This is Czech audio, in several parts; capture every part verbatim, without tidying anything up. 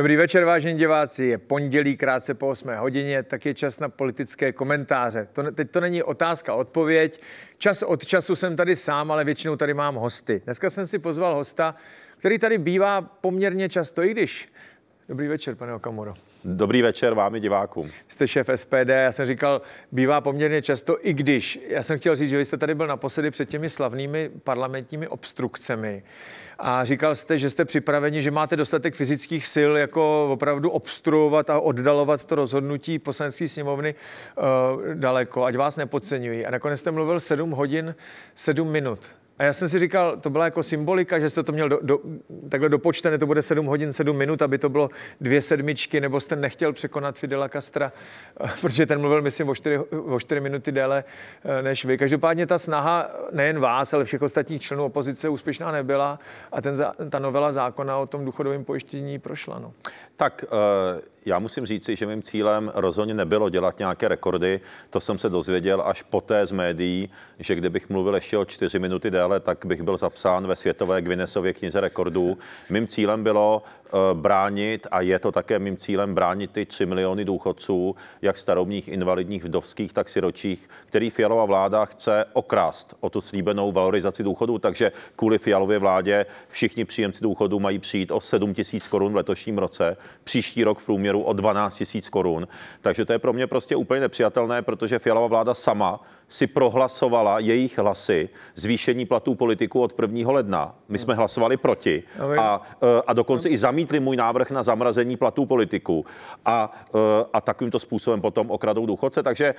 Dobrý večer, vážení diváci. Je pondělí, krátce po osmé hodině, tak je čas na politické komentáře. To, teď to není otázka, odpověď. Čas od času jsem tady sám, ale většinou tady mám hosty. Dneska jsem si pozval hosta, který tady bývá poměrně často, i když... Dobrý večer, pane Okamuro. Dobrý večer vám i divákům. Jste šéf S P D, já jsem říkal, bývá poměrně často, i když. Já jsem chtěl říct, že vy jste tady byl naposledy před těmi slavnými parlamentními obstrukcemi a říkal jste, že jste připraveni, že máte dostatek fyzických sil jako opravdu obstruovat a oddalovat to rozhodnutí poslanecké sněmovny uh, daleko, ať vás nepodceňují. A nakonec jste mluvil sedm hodin, sedm minut. A já jsem si říkal, to byla jako symbolika, že jste to měl do, do, takhle dopočtené, to bude sedm hodin, sedm minut, aby to bylo dvě sedmičky, nebo jste nechtěl překonat Fidela Castra, protože ten mluvil, myslím, o čtyři, o čtyři minuty déle než vy. Každopádně ta snaha nejen vás, ale všech ostatních členů opozice úspěšná nebyla a ten, ta novela zákona o tom důchodovém pojištění prošla. No. Tak já musím říci, že mým cílem rozhodně nebylo dělat nějaké rekordy. To jsem se dozvěděl až poté z médií, že kdybych mluvil ještě o čtyři minuty déle, tak bych byl zapsán ve světové Guinnessově knize rekordů. Mým cílem bylo bránit, a je to také mým cílem, bránit ty tři miliony důchodců, jak starobních, invalidních, vdovských, tak siročích, který Fialova vláda chce okrást o tu slíbenou valorizaci důchodů. Takže kvůli Fialově vládě všichni příjemci důchodů mají přijít o sedm tisíc korun v letošním roce, příští rok v průměru o dvanáct tisíc korun. Takže to je pro mě prostě úplně nepřijatelné, protože Fialova vláda sama si prohlasovala jejich hlasy zvýšení platů politiků od prvního ledna. My jsme hlasovali proti a, a dokonce i zamítli můj návrh na zamrazení platů politiků a, a takovýmto způsobem potom okradou důchodce. Takže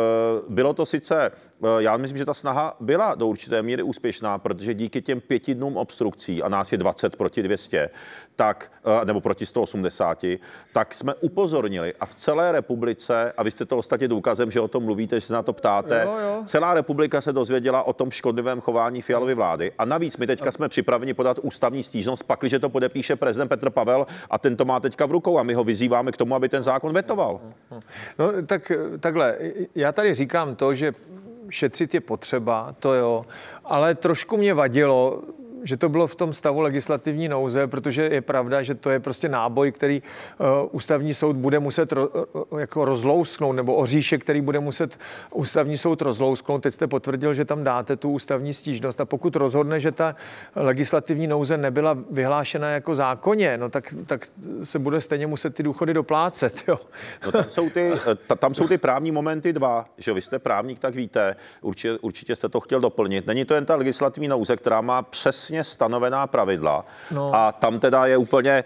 bylo to sice, já myslím, že ta snaha byla do určité míry úspěšná, protože díky těm pěti dnům obstrukcí, a nás je dvacet proti dvě stě, tak, nebo proti sto osmdesáti, tak jsme upozornili a v celé republice, a vy jste to ostatně důkazem, že o tom mluvíte, že se na to ptáte, jo, jo. Celá republika se dozvěděla o tom škodlivém chování Fialovy vlády. A navíc my teďka jsme připraveni podat ústavní stížnost, pakliže to podepíše prezident Petr Pavel a ten to má teďka v rukou a my ho vyzýváme k tomu, aby ten zákon vetoval. No tak takhle, já tady říkám to, že šetřit je potřeba, to jo, ale trošku mě vadilo, že to bylo v tom stavu legislativní nouze, protože je pravda, že to je prostě náboj, který uh, ústavní soud bude muset ro, uh, jako rozlousknout, nebo oříšek, který bude muset ústavní soud rozlousknout. Teď jste potvrdil, že tam dáte tu ústavní stížnost a pokud rozhodne, že ta legislativní nouze nebyla vyhlášena jako zákonně, no tak, tak se bude stejně muset ty důchody doplácet. Jo. No tam jsou ty, tam jsou ty právní momenty dva, že vy jste právník, tak víte, určitě, určitě jste to chtěl doplnit. Není to jen ta legislativní nouze, která má přesně stanovená pravidla. No. A tam teda je úplně,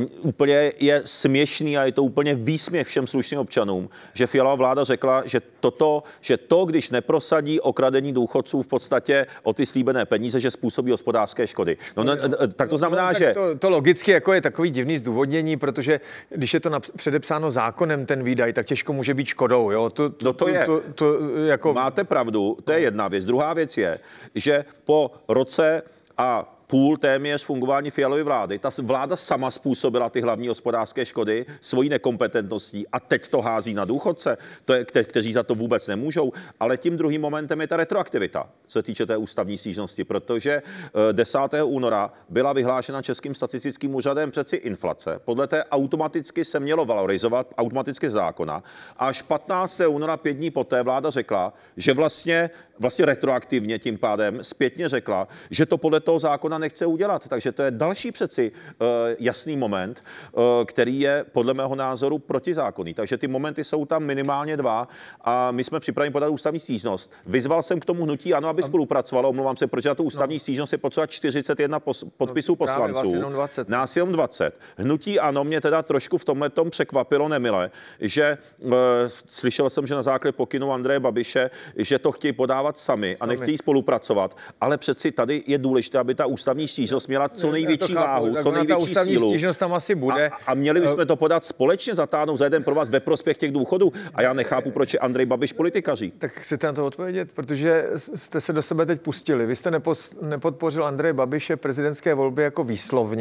úplně je směšný a je to úplně výsměch všem slušným občanům, že Fialova vláda řekla, že toto, že to, když neprosadí okradení důchodců v podstatě o ty slíbené peníze, že způsobí hospodářské škody. No, no, no, tak to znamená, no, tak že... To, to logicky jako je takový divný zdůvodnění, protože když je to např- předepsáno zákonem ten výdaj, tak těžko může být škodou. Jo? To, to, no to je. To, to, to, jako... Máte pravdu, to je jedna věc. Druhá věc je, že po roce a půl téměř fungování Fialovy vlády. Ta vláda sama způsobila ty hlavní hospodářské škody svojí nekompetentností a teď to hází na důchodce, to je, kte, kteří za to vůbec nemůžou. Ale tím druhým momentem je ta retroaktivita, co se týče té ústavní stížnosti, protože desátého února byla vyhlášena Českým statistickým úřadem přeci inflace. Podle té automaticky se mělo valorizovat, automaticky zákona. Až patnáctého února, pět dní poté, vláda řekla, že vlastně, vlastně retroaktivně tím pádem zpětně řekla, že to podle toho zákona nechce udělat. Takže to je další přeci uh, jasný moment, uh, který je podle mého názoru protizákonný. Takže ty momenty jsou tam minimálně dva a my jsme připraveni podat ústavní stížnost. Vyzval jsem k tomu hnutí ANO, aby spolupracovalo. Omlouvám se, protože na tu ústavní no. stížnost je potřeba čtyřicet jedna pos- podpisů no, poslanců. Jenom dvacet. Nás jenom dvacet. Hnutí ANO mě teda trošku v tomhletom překvapilo nemile, že uh, slyšel jsem, že na základě pokynu Andreje Babiše, že to chtějí podávat sami, sami a nechtějí spolupracovat. Ale přeci tady je důležité, aby ta ústavní stížnost měla co největší váhu, co největší ta ústavní sílu. Stížnost tam asi bude. A, a měli bychom to podat společně, zatáhnout za jeden pro vás ve prospěch těch důchodů. A já nechápu, proč je Andrej Babiš politikaří. Tak chcete na to odpovědět, protože jste se do sebe teď pustili. Vy jste nepos, nepodpořil Andreje Babiše prezidentské volby jako výslovně.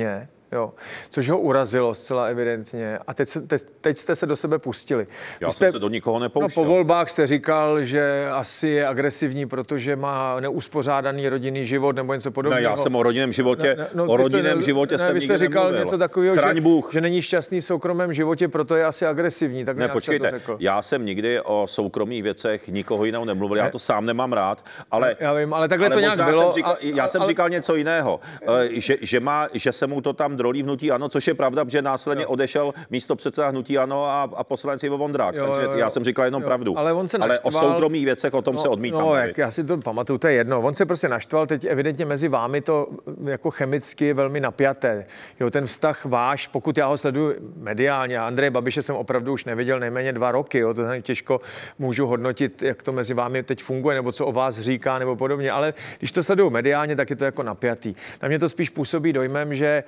Jo, což ho urazilo zcela evidentně. A teď, se, teď, teď jste se do sebe pustili. Já jste, jsem se do nikoho nepouštěl. No, po volbách jste říkal, že asi je agresivní, protože má neuspořádaný rodinný život nebo něco podobného. Ne, já jsem o rodinném životě, ne, no, o rodinném jste, životě ne, jsem vy nikdy jste říkal nemluvil. něco takového, že, Bůh. že není šťastný v soukromém životě, proto je asi agresivní. Tak ne, počkejte, já jsem nikdy o soukromých věcech nikoho jiného nemluvil, já to sám nemám rád, ale... Já vím, ale takhle ale to nějak bylo. Jsem říkal, a, já jsem ale, říkal něco jiného, že, že, má, že se mu to tam drolí v hnutí ANO, což je pravda, že následně jo. odešel místopředseda hnutí ANO a, a poslanec Ivo Vondrák, jo, takže jo, jo. já jsem říkal jenom jo. pravdu. Ale, on se ale naštval, o soukromých věcech o tom no, se odmítám. No, jak, já si to pamatuju, to je jedno. On se prostě naštval, teď evidentně mezi vámi to jako chemicky je velmi napjaté. Jo, ten vztah váš, pokud já ho sleduju mediálně, a Andreje Babiše jsem opravdu už neviděl nejméně dva roky, jo, to těžko můžu hodnotit, jak to mezi vámi teď funguje, nebo co o vás říká, nebo podobně, ale když to sleduju mediálně, tak je to jako napjatý. Na mě to spíš působí dojmem, že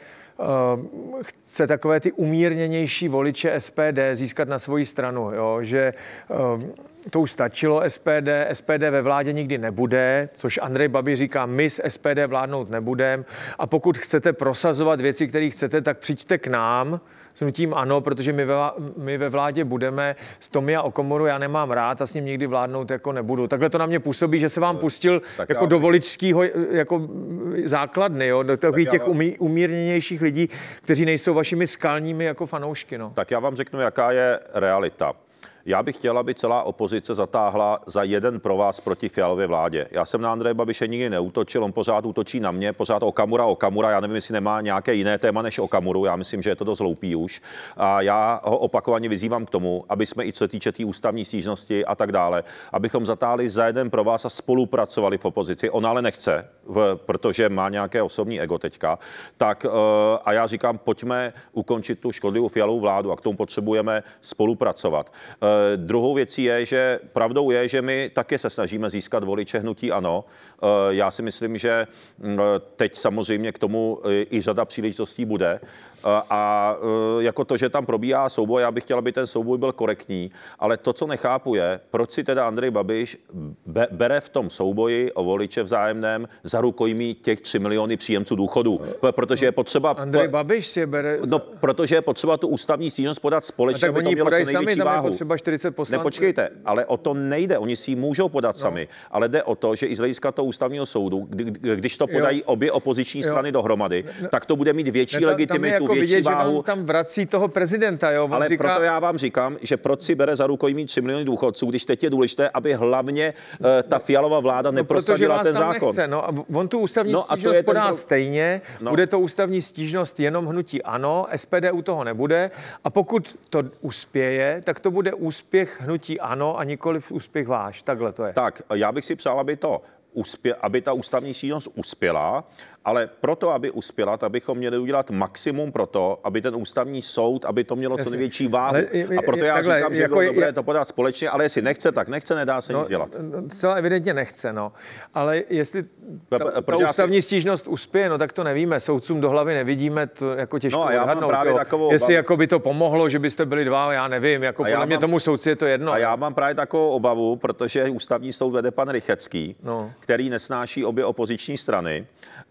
Uh, chce takové ty umírněnější voliče S P D získat na svoji stranu, jo? Že uh, to už stačilo S P D, S P D ve vládě nikdy nebude, což Andrej Babiš říká, my s S P D vládnout nebudeme a pokud chcete prosazovat věci, které chcete, tak přijďte k nám, s hnutím ANO, protože my ve, my ve vládě budeme, s Tomia Okamuru já nemám rád a s ním nikdy vládnout jako nebudu. Takhle to na mě působí, že se vám pustil tak jako já... do voličského jako základny, jo, do takových těch vám... umí, umírněnějších lidí, kteří nejsou vašimi skalními jako fanoušky. No. Tak já vám řeknu, jaká je realita. Já bych chtěl, aby celá opozice zatáhla za jeden provaz proti Fialově vládě. Já jsem na Andreje Babiše nikdy neútočil, on pořád útočí na mě, pořád Okamura, Okamura, já nevím, jestli nemá nějaké jiné téma než Okamuru, já myslím, že je to dost hloupý už. A já ho opakovaně vyzývám k tomu, aby jsme i co se týče té ústavní stížnosti a tak dále, abychom zatáhli za jeden provaz a spolupracovali v opozici. On ale nechce, protože má nějaké osobní ego teďka. Tak a já říkám, pojďme ukončit tu škodlivou Fialovou vládu a k tomu potřebujeme spolupracovat. Druhou věcí je, že pravdou je, že my také se snažíme získat voliče hnutí ANO. Já si myslím, že teď samozřejmě k tomu i řada příležitostí bude. A jako to, že tam probíhá souboj, já bych chtěl, aby ten souboj byl korektní, ale to, co nechápu, je, proč si teda Andrej Babiš bere v tom souboji o voliče vzájemném za rukojmí těch tři miliony příjemců důchodů, protože je potřeba... Andrej Babiš si je bere... No, protože je potřeba tu ústavní stížnost podat společně, aby to mělo co největší váhu. Nepočkejte, ale o to nejde, oni si ji můžou podat no. sami, ale jde o to, že i z hlediska toho ústavního soudu, kdy, když to podají jo. obě opoziční strany jo. dohromady, no. tak to bude mít větší ne, legitimitu, větší vidět, váhu. Že vám tam vrací toho prezidenta, jo? Ale říká... proto já vám říkám, že proč si bere za rukojmí tři miliony důchodců, když teď je důležité, aby hlavně uh, ta Fialová vláda no, neprosadila ten zákon. Nechce, no, a on tu ústavní no, stížnost podá ten... stejně, no. bude to ústavní stížnost jenom hnutí ANO, S P D u toho nebude a pokud to uspěje, tak to bude úspěch hnutí ANO a nikoliv úspěch váš. Takhle to je. Tak, já bych si přál, aby to uspě- aby ta ústavní stížnost uspěla, ale proto, aby uspěla, tak bychom měli udělat maximum pro to, aby ten ústavní soud, aby to mělo co největší váhu. Ale, a proto já takhle, říkám, že jako bylo je, dobré to podat společně, ale jestli nechce, tak nechce, nedá se no, nic dělat. Celá evidentně nechce, no. Ale jestli ta, ta ústavní si... stížnost uspěje, no tak to nevíme. Soudcům do hlavy nevidíme, to jako těžko no, a já odhadnout. Mám právě jo. takovou Jestli jako by to pomohlo, že byste byli dva, já nevím. Jako podle mě mám, tomu soudci je to jedno. A já mám právě takovou obavu, protože ústavní soud vede pan Rychecký, no. který nesnáší obě opoziční strany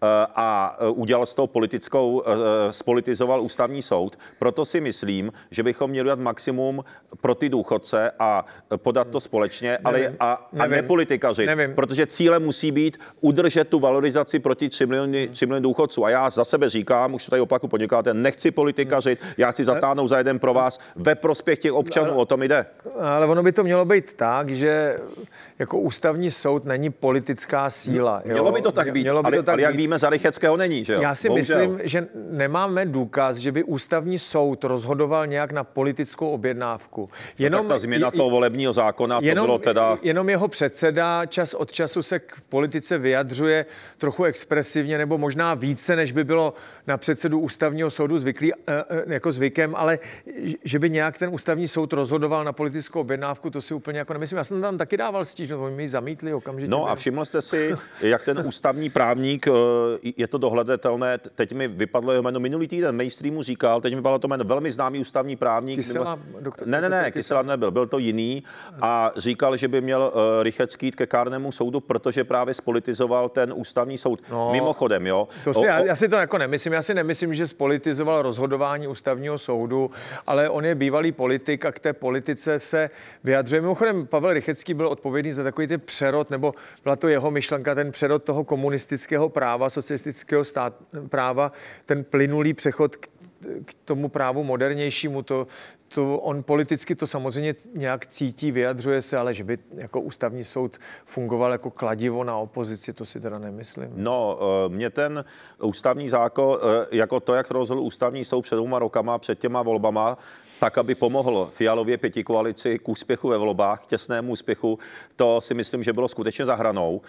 a udělal z toho politickou, spolitizoval ústavní soud. Proto si myslím, že bychom měli dělat maximum pro ty důchodce a podat to společně, ale a, a nepolitikařit, protože cílem musí být udržet tu valorizaci proti tři miliony, tři miliony důchodců. A já za sebe říkám, už to tady opaku podnikáte, nechci politikařit, já chci zatáhnout za jeden pro vás ve prospěch těch občanů, o tom jde. Ale ono by to mělo být tak, že jako ústavní soud není politická síla. Mělo jo? by to tak být, by ale, to tak ale jak být. víme, za Rycheckého není, že jo? Já si Bohužel. myslím, že nemáme důkaz, že by ústavní soud rozhodoval nějak na politickou objednávku. Jenom, no tak ta změna je, toho volebního zákona, jenom, to bylo teda... Jenom jeho předseda čas od času se k politice vyjadřuje trochu expresivně, nebo možná více, než by bylo na předsedu ústavního soudu zvyklý, jako zvykem, ale že by nějak ten ústavní soud rozhodoval na politickou objednávku, to si úplně jako nemyslím. Já jsem tam taky dával stížnost, oni mi ji zamítli okamžitě. No a všiml jste si, jak ten ústavní právník je to dohledatelné. Teď mi vypadlo jeho jméno minulý týden, mainstreamu říkal, teď mi vypadlo to jméno velmi známý ústavní právník. Kysela, mimo... doktor, ne, ne, ne, Kysela nebyl, byl to jiný a říkal, že by měl uh, Rychetský jít ke kárnému soudu, protože právě spolitizoval ten ústavní soud. No, mimochodem, jo. To si, o, já, já si to jako nemyslím, já si nemyslím, že spolitizoval rozhodování ústavního soudu, ale on je bývalý politik a k té politice se vyjadřuje. Mimochodem, Pavel Rychetský byl odpovědný za takový ty přerod, nebo byla to jeho myšlenka, ten přerod toho komunistického práva, socialistického stát, práva, ten plynulý přechod k, k tomu právu modernějšímu, to, to on politicky to samozřejmě nějak cítí, vyjadřuje se, ale že by jako ústavní soud fungoval jako kladivo na opozici, to si teda nemyslím. No, mě ten ústavní zákon, jako to, jak rozhodl ústavní soud před dvěma rokama, před těma volbama, tak, aby pomohl Fialově pětikoalici k úspěchu ve volbách, k těsnému úspěchu, to si myslím, že bylo skutečně za hranou.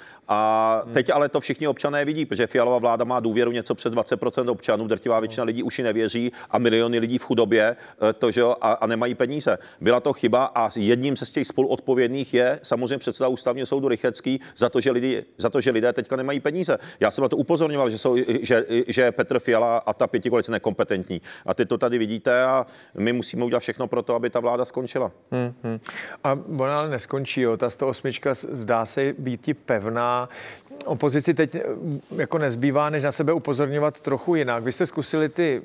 A teď ale to všichni občané vidí, protože Fialova vláda má důvěru něco přes dvacet procent občanů, drtivá většina lidí už ji nevěří a miliony lidí v chudobě to, že jo, a, a nemají peníze. Byla to chyba a jedním ze z těch spoluodpovědných je samozřejmě předseda ústavního soudu Rychetský za to, že, lidi, za to, že lidé teďka nemají peníze. Já jsem na to upozorňoval, že, jsou, že, že Petr Fiala a ta pětikoalice nekompetentní. A teď to tady vidíte a my musíme udělat všechno pro to, aby ta vláda skončila. Hmm, hmm. A ona ale neskončí, jo. Ta sto osm zdá se být i pevná. Opozici teď jako nezbývá, než na sebe upozorňovat trochu jinak. Vy jste zkusili ty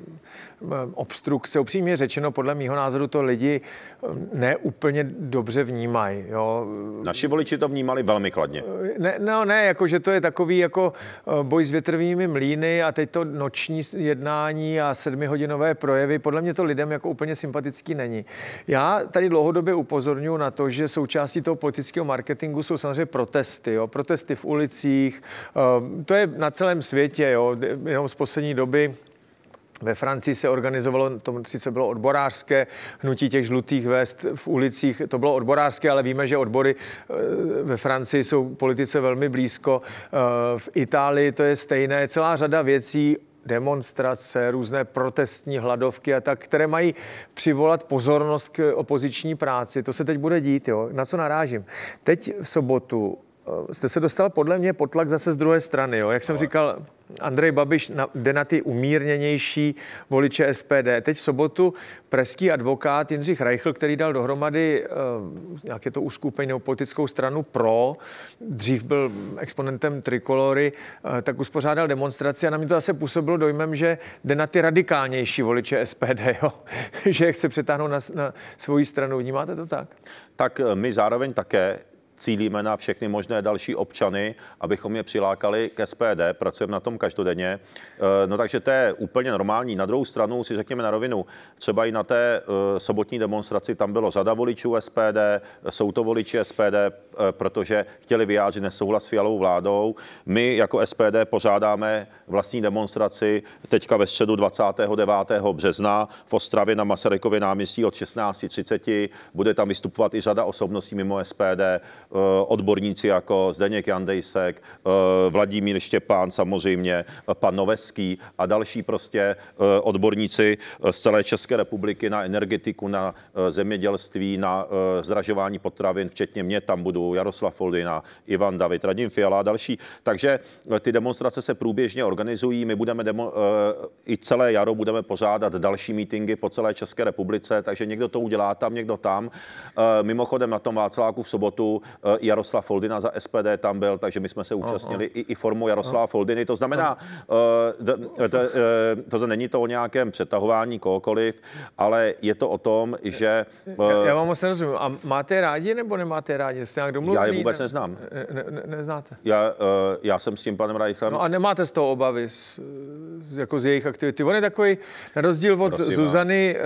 obstrukce. Upřímně řečeno, podle mýho názoru to lidi neúplně dobře vnímají. Jo. Naši voliči to vnímali velmi kladně. Ne, no ne, jako že to je takový jako boj s větrnými mlýny a teď to noční jednání a sedmihodinové projevy. Podle mě to lidem jako úplně sympatický není. Já tady dlouhodobě upozorňuji na to, že součástí toho politického marketingu jsou samozřejmě protesty. Jo. Protesty v ulicích. To je na celém světě. Jo. Jenom z poslední doby ve Francii se organizovalo, to sice bylo odborářské hnutí těch žlutých vest v ulicích, to bylo odborářské, ale víme, že odbory ve Francii jsou politice velmi blízko. V Itálii to je stejné, celá řada věcí, demonstrace, různé protestní hladovky a tak, které mají přivolat pozornost k opoziční práci. To se teď bude dít, jo. Na co narážím? Teď v sobotu jste se dostal podle mě pod tlak zase z druhé strany, jo. Jak jsem říkal, Andrej Babiš jde na ty umírněnější voliče S P D. Teď v sobotu pražský advokát Jindřich Reichl, který dal dohromady uh, nějaké to uskupení nebo politickou stranu Pro, dřív byl exponentem Trikolory, uh, tak uspořádal demonstraci a na mě to zase působilo dojmem, že jde na ty radikálnější voliče S P D, jo? Že je chce přetáhnout na, na svoji stranu. Vnímáte to tak? Tak my zároveň také cílíme na všechny možné další občany, abychom je přilákali k S P D, pracujeme na tom každodenně. No takže to je úplně normální. Na druhou stranu si řekněme na rovinu, třeba i na té sobotní demonstraci tam bylo řada voličů S P D, jsou to voliči S P D, protože chtěli vyjádřit nesouhlas s Fialovou vládou. My jako S P D pořádáme vlastní demonstraci teďka ve středu dvacátého devátého března v Ostravě na Masarykově náměstí od šestnáct třicet. Bude tam vystupovat i řada osobností mimo S P D, odborníci jako Zdeněk Jandejsek, Vladimír Štěpán samozřejmě, pan Noveský a další prostě odborníci z celé České republiky na energetiku, na zemědělství, na zdražování potravin, včetně mě tam budou Jaroslav Foldyna, Ivan David, Radim Fiala a další. Takže ty demonstrace se průběžně organizují. My budeme demo, i celé jaro budeme pořádat další mítingy po celé České republice, takže někdo to udělá tam, někdo tam. Mimochodem na tom Václaváku v sobotu Jaroslav Foldyna za S P D tam byl, takže my jsme se účastnili i, i formou Jaroslava Foldyny. To znamená, to, to, to, to není to o nějakém přetahování kohokoliv, ale je to o tom, že... Já, já vám moc nerozumím. A máte rádi nebo nemáte rádi? Jste nějak domluvený? Já je vůbec neznám. Ne, ne, neznáte? Já, já jsem s tím panem Reichlem... No a nemáte z toho obavy, z, z, jako z jejich aktivity? On je takový, na rozdíl od Prosím Zuzany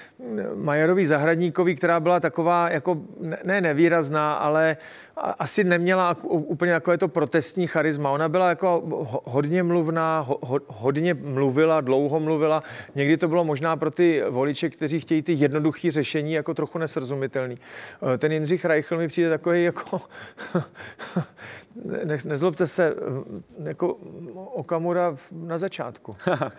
Majerový Zahradníkový, která byla taková, jako ne nevýrazná, ale asi neměla úplně takové to protestní charisma. Ona byla jako hodně mluvná, ho, hodně mluvila, dlouho mluvila. Někdy to bylo možná pro ty voliče, kteří chtějí ty jednoduché řešení, jako trochu nesrozumitelný. Ten Jindřich Reichl mi přijde takový jako ne, nezlobte se, jako Okamura na začátku.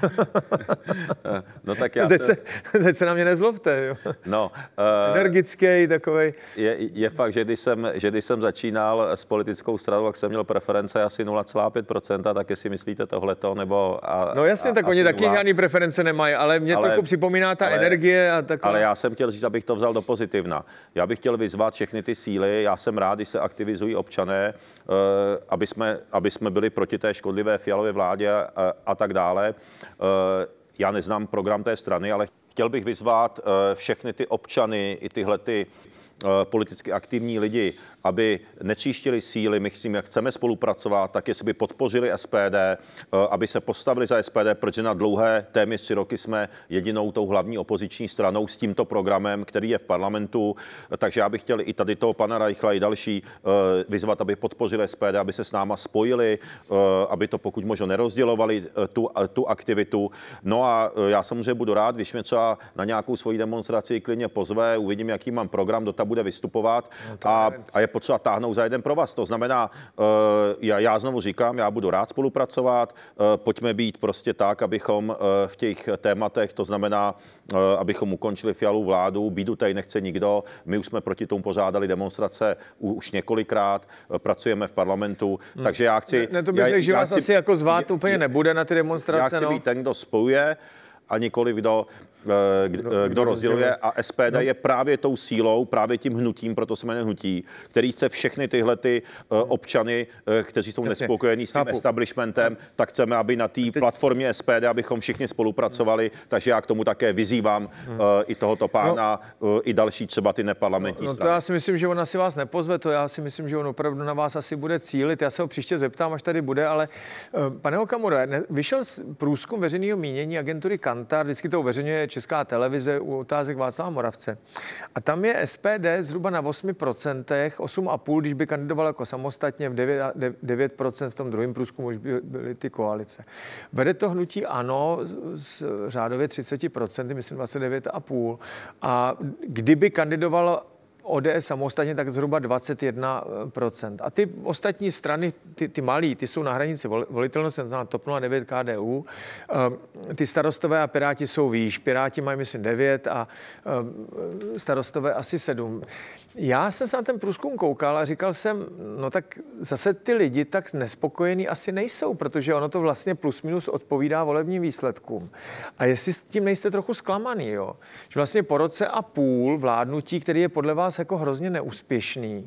No tak já... Teď se, teď se na mě nezlobte, jo. No, uh, energický takovej. Je, je fakt, že když, jsem, že když jsem začínal s politickou stranou, tak jsem měl preference asi nula celá pět procenta, tak jestli myslíte tohleto, nebo... A, no jasně, a, tak oni taky nula. žádný preference nemají, ale mě ale, trochu připomíná ta ale, energie a taková. Ale já jsem chtěl říct, abych to vzal do pozitivna. Já bych chtěl vyzvat všechny ty síly, já jsem rád, když se aktivizují občané, uh, aby, jsme, aby jsme byli proti té škodlivé Fialově vládě a, a tak dále. Uh, já neznám program té strany, ale chtěl bych vyzvat uh, všechny ty občany, i tyhle ty uh, politicky aktivní lidi, aby netříštili síly, my s tím, jak chceme spolupracovat, tak jestli by podpořili S P D, aby se postavili za S P D, protože na dlouhé téměř tři roky jsme jedinou tou hlavní opoziční stranou s tímto programem, který je v parlamentu. Takže já bych chtěl i tady toho pana Reichla i další vyzvat, aby podpořili S P D, aby se s náma spojili, aby to pokud možno nerozdělovali tu, tu aktivitu. No a já samozřejmě budu rád, když mě třeba na nějakou svoji demonstraci klidně pozve, uvidím, jaký mám program, kdo tam bude vystupovat no a, a je potřeba táhnout za jeden provaz. To znamená, já, já znovu říkám, já budu rád spolupracovat, pojďme být prostě tak, abychom v těch tématech, to znamená, abychom ukončili Fialovu vládu, bídu tady nechce nikdo, my už jsme proti tomu pořádali demonstrace už několikrát, pracujeme v parlamentu, hmm. takže já chci... Ne, ne to bych řekl, že vás chci, asi jako zvát úplně nebude na ty demonstrace. Já chci no. být ten, kdo spojuje, a nikoli kdo, kdo, kdo rozděluje. A S P D no. je právě tou sílou, právě tím hnutím, proto se jmenuje hnutí, který chce všechny tyhle ty občany, kteří jsou nespokojení s tím Chápu. establishmentem, tak chceme, aby na té platformě S P D, abychom všichni spolupracovali, takže já k tomu také vyzývám hmm. i tohoto pána, no. i další třeba ty neparlamentní no, no, strany. To já si myslím, že on asi vás nepozve, to já si myslím, že on opravdu na vás asi bude cílit. Já se ho příště zeptám, až tady bude, ale pane Okamuro, vyšel průzkum veřejného mínění agentury Kantar, vždycky to uveřejňuje Česká televize u otázek Václava Moravce. A tam je S P D zhruba na osm procent, osm celá pět, když by kandidoval jako samostatně, v devět procent v tom druhém průzkumu už by byly ty koalice. Vede to hnutí ANO z řádově třicet procent, myslím dvacet devět celá pět. A kdyby kandidoval O D S samostatně, tak zhruba dvacet jedna procent. A ty ostatní strany, ty, ty malí, ty jsou na hranici volitelnosti, znamená TOP nula devět, K D U. Ty starostové a Piráti jsou výš. Piráti mají, myslím, devět a starostové asi sedm. Já jsem se na ten průzkum koukal a říkal jsem, no tak zase ty lidi tak nespokojení asi nejsou, protože ono to vlastně plus minus odpovídá volebním výsledkům. A jestli s tím nejste trochu zklamaný, jo? Že vlastně po roce a půl vládnutí, který je podle vás jako hrozně neúspěšný,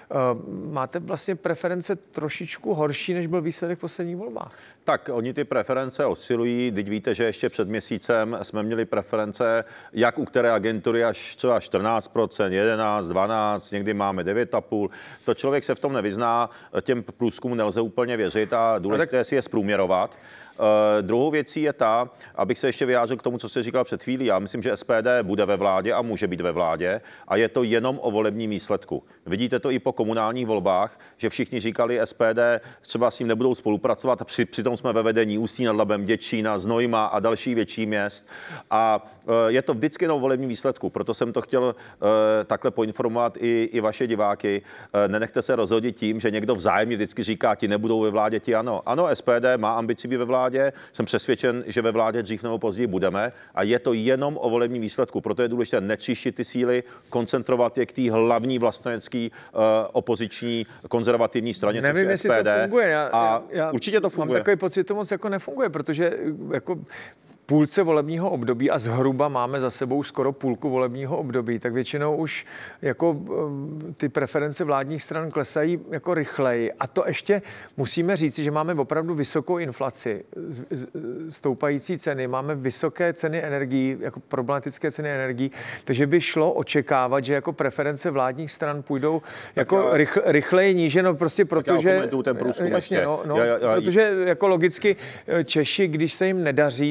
máte vlastně preference trošičku horší, než byl výsledek v posledních volbách. Tak oni ty preference oscilují. Teď víte, že ještě před měsícem jsme měli preference, jak u které agentury až třeba čtrnáct procent, jedenáct, dvanáct, někdy máme devět celá pět. To člověk se v tom nevyzná, těm průzkumům nelze úplně věřit a důležité si je zprůměrovat. Uh, druhou věcí je ta, abych se ještě vyjádřil k tomu, co jste říkal před chvílí. Já myslím, že S P D bude ve vládě a může být ve vládě a je to jenom o volebním výsledku. Vidíte to i po komunálních volbách, že všichni říkali S P D, třeba s ním nebudou spolupracovat a při, přitom jsme ve vedení Ústí nad Labem, Děčína, Znojma a dalších větších měst. A uh, je to vždycky jenom o volebním výsledku. Proto jsem to chtěl uh, takhle poinformovat i, i vaše diváky. Uh, nenechte se rozhodit tím, že někdo vzájemně vždycky říká, ti nebudou ve vládě, ti ano. Ano, S P D má ambici být ve vládě. Jsem přesvědčen, že ve vládě dřív nebo později budeme a je to jenom o volebním výsledku. Proto je důležité netříštit ty síly, koncentrovat je k té hlavní vlastenecké uh, opoziční konzervativní straně, Nevím, což je S P D. To funguje. Já, a já, určitě to funguje. Mám takový pocit, že to moc jako nefunguje, protože jako půlce volebního období a zhruba máme za sebou skoro půlku volebního období, tak většinou už jako ty preference vládních stran klesají jako rychleji. A to ještě musíme říct, že máme opravdu vysokou inflaci, stoupající ceny, máme vysoké ceny energií, jako problematické ceny energií, takže by šlo očekávat, že jako preference vládních stran půjdou tak jako já, rychle, rychleji níže, no prostě protože... ten průzkum jasně, no, no, já, já, já, protože jako logicky Češi, když se jim nedaří, tak z toho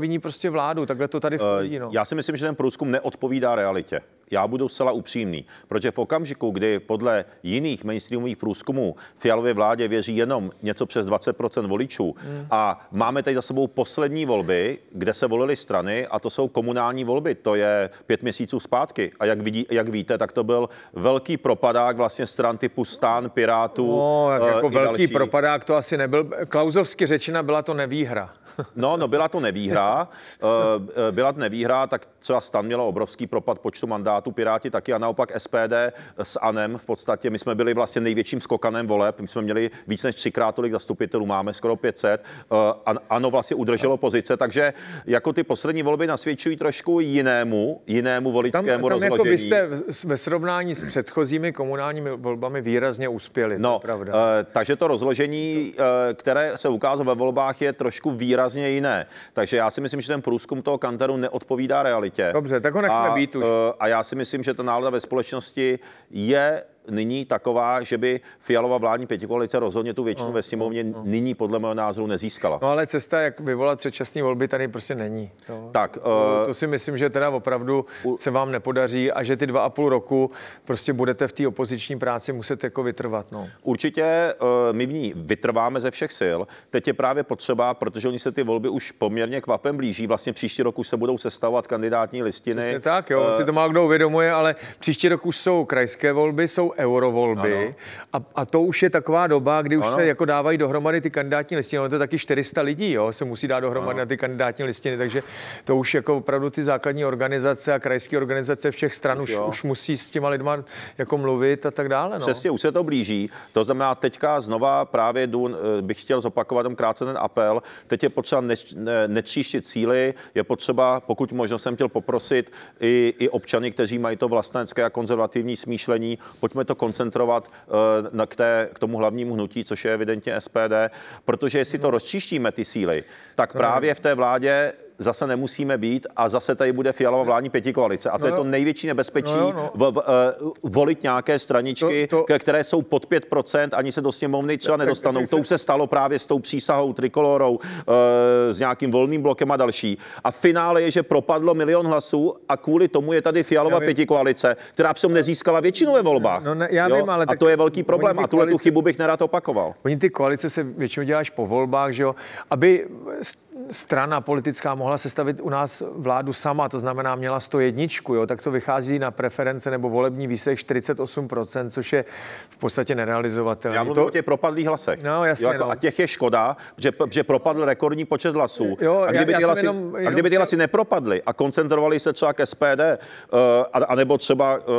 viní prostě vládu. Takhle to tady chodí. No. Já si myslím, že ten průzkum neodpovídá realitě. Já budu zcela upřímný, protože v okamžiku, kdy podle jiných mainstreamových průzkumů Fialově vládě věří jenom něco přes dvacet procent voličů hmm. a máme tady za sebou poslední volby, kde se volily strany a to jsou komunální volby, to je pět měsíců zpátky. A jak, vidí, jak víte, tak to byl velký propadák vlastně stran typu STAN, Pirátů. No, jak jako uh, velký další. Propadák to asi nebyl. Klausovsky řečena byla to nevýhra. No, no, byla to nevýhra. Byla to nevýhra, tak třeba STAN mělo obrovský propad počtu mandátů, Piráti taky a naopak S P D s ANem v podstatě. My jsme byli vlastně největším skokanem voleb. My jsme měli víc než třikrát tolik zastupitelů, máme skoro pět set. ANO vlastně udrželo pozice, takže jako ty poslední volby nasvědčují trošku jinému, jinému voličskému tam, tam rozložení. Jako vy jste ve srovnání s předchozími komunálními volbami výrazně uspěli. No, to je pravda. Takže to rozložení, které se ukázalo ve volbách, je trošku výrazně jiné. Takže já si myslím, že ten průzkum toho Kantaru neodpovídá realitě. Dobře, tak ho nechme a, být už. A já si myslím, že ta nálada ve společnosti je nyní taková, že by Fialova vládní pětikoalice rozhodně tu většinu no, ve sněmovně no, no. nyní podle mého názoru nezískala. No ale cesta, jak vyvolat předčasné volby, tady prostě není. To, tak, to, uh, to si myslím, že teda opravdu uh, se vám nepodaří a že ty dva a půl roku prostě budete v té opoziční práci muset jako vytrvat. No. Určitě uh, my v ní vytrváme ze všech sil. Teď je právě potřeba, protože oni se ty volby už poměrně kvapem blíží. Vlastně příští rok už se budou sestavovat kandidátní listiny. Přesně tak, jo, uh, si to málo kdo uvědomuje, ale příští rok už jsou krajské volby, jsou eurovolby a, a to už je taková doba, kdy už ano. se jako dávají dohromady ty kandidátní listiny, ale to je taky čtyři sta lidí, jo, se musí dát dohromady ano. na ty kandidátní listiny, takže to už jako opravdu ty základní organizace a krajské organizace všech stran už, už musí s těma lidma jako mluvit a tak dále. No. Přesně, už se to blíží. To znamená, teďka znova právě jdu, bych chtěl zopakovat tam krátce ten apel. Teď je potřeba ne, ne, netříštit cíly, je potřeba, pokud možno jsem chtěl poprosit i, i občany, kteří mají to vlastenecké a konzervativní smýšlení, pojďme to koncentrovat uh, k, té, k tomu hlavnímu hnutí, což je evidentně S P D, protože jestli to rozčíštíme ty síly, tak právě v té vládě zase nemusíme být a zase tady bude Fialova vládní pětikoalice. A to no je to největší nebezpečí no no. V, v, uh, volit nějaké straničky, to, to... které jsou pod pět procent, ani se do sněmovny třeba nedostanou. Tak, tak, to už se stalo právě s tou přísahou, trikolorou, uh, s nějakým volným blokem a další. A v finále je, že propadlo milion hlasů a kvůli tomu je tady Fialova pětikoalice, která přitom nezískala většinu ve volbách. No, ne, já vím, ale a to je velký problém a tuhle tu chybu bych nerad opakoval. Oni ty koalice se většinou děláš po volbách, že jo, aby strana politická mohla sestavit u nás vládu sama, to znamená měla sto jedna, jo, tak to vychází na preference nebo volební výsledek čtyřicet osm procent, což je v podstatě nerealizovatelné. Já mluvím to... o těch propadlých hlasech. No, jasně, jo, jako, no. A těch je škoda, že, že propadl rekordní počet hlasů. Jo, a kdyby, já, ty, já hlasy, jenom, a kdyby ty hlasy nepropadly a koncentrovali se třeba k S P D, uh, anebo třeba uh,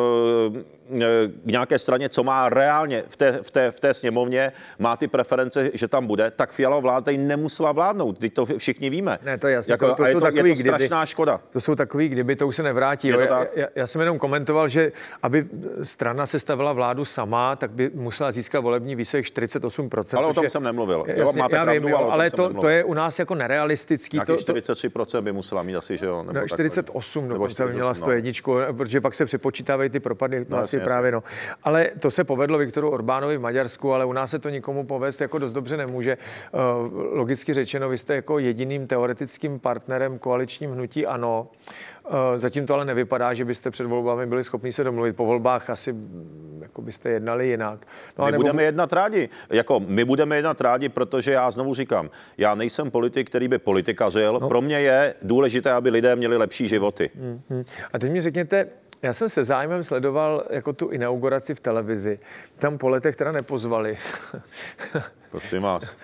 k nějaké straně, co má reálně v té, v té, v té sněmovně, má ty preference, že tam bude, tak Fialova vláda tady nemusela vládnout. Teď to všichni víme. Ne, to je jasné. Jako, to, to je jsou to, takový, je to strašná kdyby, škoda. To jsou takový, kdyby to už se nevrátí. Jo. Já, já, já jsem jenom komentoval, že aby strana sestavila vládu sama, tak by musela získat volební výsledek čtyřicet osm procent. Ale o tom je, jsem nemluvil. Jasně, jo, máte já pravdu, vím, jo, ale, ale to, to je u nás jako nerealistický. To, čtyřicet tři procent by musela mít asi, že jo? Nebo no, čtyřicet osm dokonce by měla sto jedna, no. Protože pak se přepočítávají ty propady. No, vlastně právě, no. Ale to se povedlo Viktoru Orbánovi v Maďarsku, ale u nás se to nikomu povést jako dost dobře nemůže. Uh, logicky řečeno, vy jste jako jediným teoretickým partnerem koaličním hnutí ANO. Uh, zatím to ale nevypadá, že byste před volbami byli schopni se domluvit. Po volbách asi jako byste jednali jinak. No, my nebo... budeme jednat rádi. Jako my budeme jednat rádi, protože já znovu říkám, já nejsem politik, který by politikařil. No. Pro mě je důležité, aby lidé měli lepší životy. Mm-hmm. A teď mi řekněte, já jsem se zájmem sledoval jako tu inauguraci v televizi. Tam po letech teda nepozvali. Prosím vás.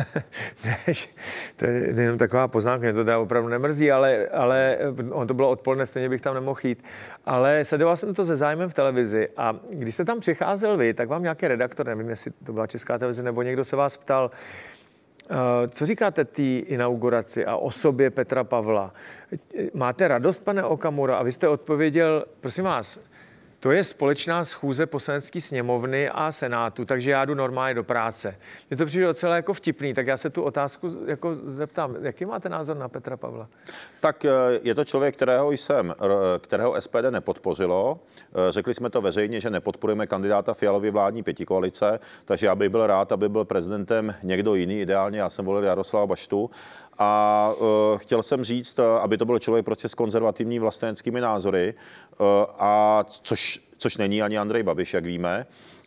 To je jenom taková poznámka, mě to teda opravdu nemrzí, ale, ale on to bylo odpoledne, stejně bych tam nemohl jít. Ale sledoval jsem to se zájmem v televizi a když jste tam přicházel vy, tak vám nějaký redaktor, nevím, jestli to byla Česká televize, nebo někdo se vás ptal, co říkáte té inauguraci a osobě Petra Pavla? Máte radost, pane Okamura? A vy jste odpověděl, prosím vás, to je společná schůze Poslanecké sněmovny a Senátu, takže já jdu normálně do práce. Mně to přijde docela jako vtipný, tak já se tu otázku jako zeptám. Jaký máte názor na Petra Pavla? Tak je to člověk, kterého jsem, kterého S P D nepodpořilo. Řekli jsme to veřejně, že nepodporujeme kandidáta Fialovy vládní pětikoalice, takže já bych byl rád, aby byl prezidentem někdo jiný, ideálně já jsem volil Jaroslava Baštu. A uh, chtěl jsem říct, aby to byl člověk prostě s konzervativní vlasteneckými názory, uh, a což, což není ani Andrej Babiš, jak víme,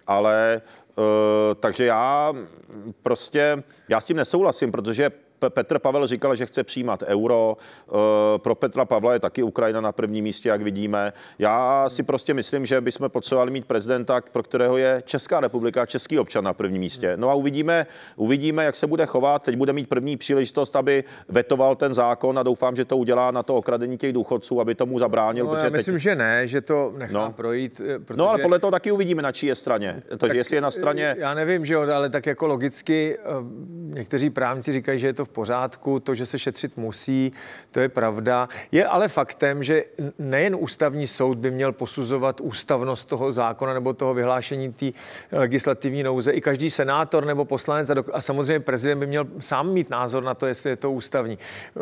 ale uh, takže já prostě, já s tím nesouhlasím, protože Petr Pavel říkal, že chce přijímat euro. Pro Petra Pavla je taky Ukrajina na prvním místě, jak vidíme. Já si prostě myslím, že bychom potřebovali mít prezidenta, pro kterého je Česká republika, český občan na prvním místě. No a uvidíme, uvidíme, jak se bude chovat. Teď bude mít první příležitost, aby vetoval ten zákon a doufám, že to udělá na to okradení těch důchodců, aby tomu zabránil. No, já myslím, teď... že ne, že to nechá no. projít. Protože... No ale podle toho taky uvidíme, na čí je straně. Takže jestli je na straně... Já nevím, že jo, ale tak jako logicky někteří právníci říkají, že je to v pořádku, to, že se šetřit musí, to je pravda. Je ale faktem, že nejen ústavní soud by měl posuzovat ústavnost toho zákona nebo toho vyhlášení té legislativní nouze, i každý senátor nebo poslanec a, do, a samozřejmě prezident by měl sám mít názor na to, jestli je to ústavní.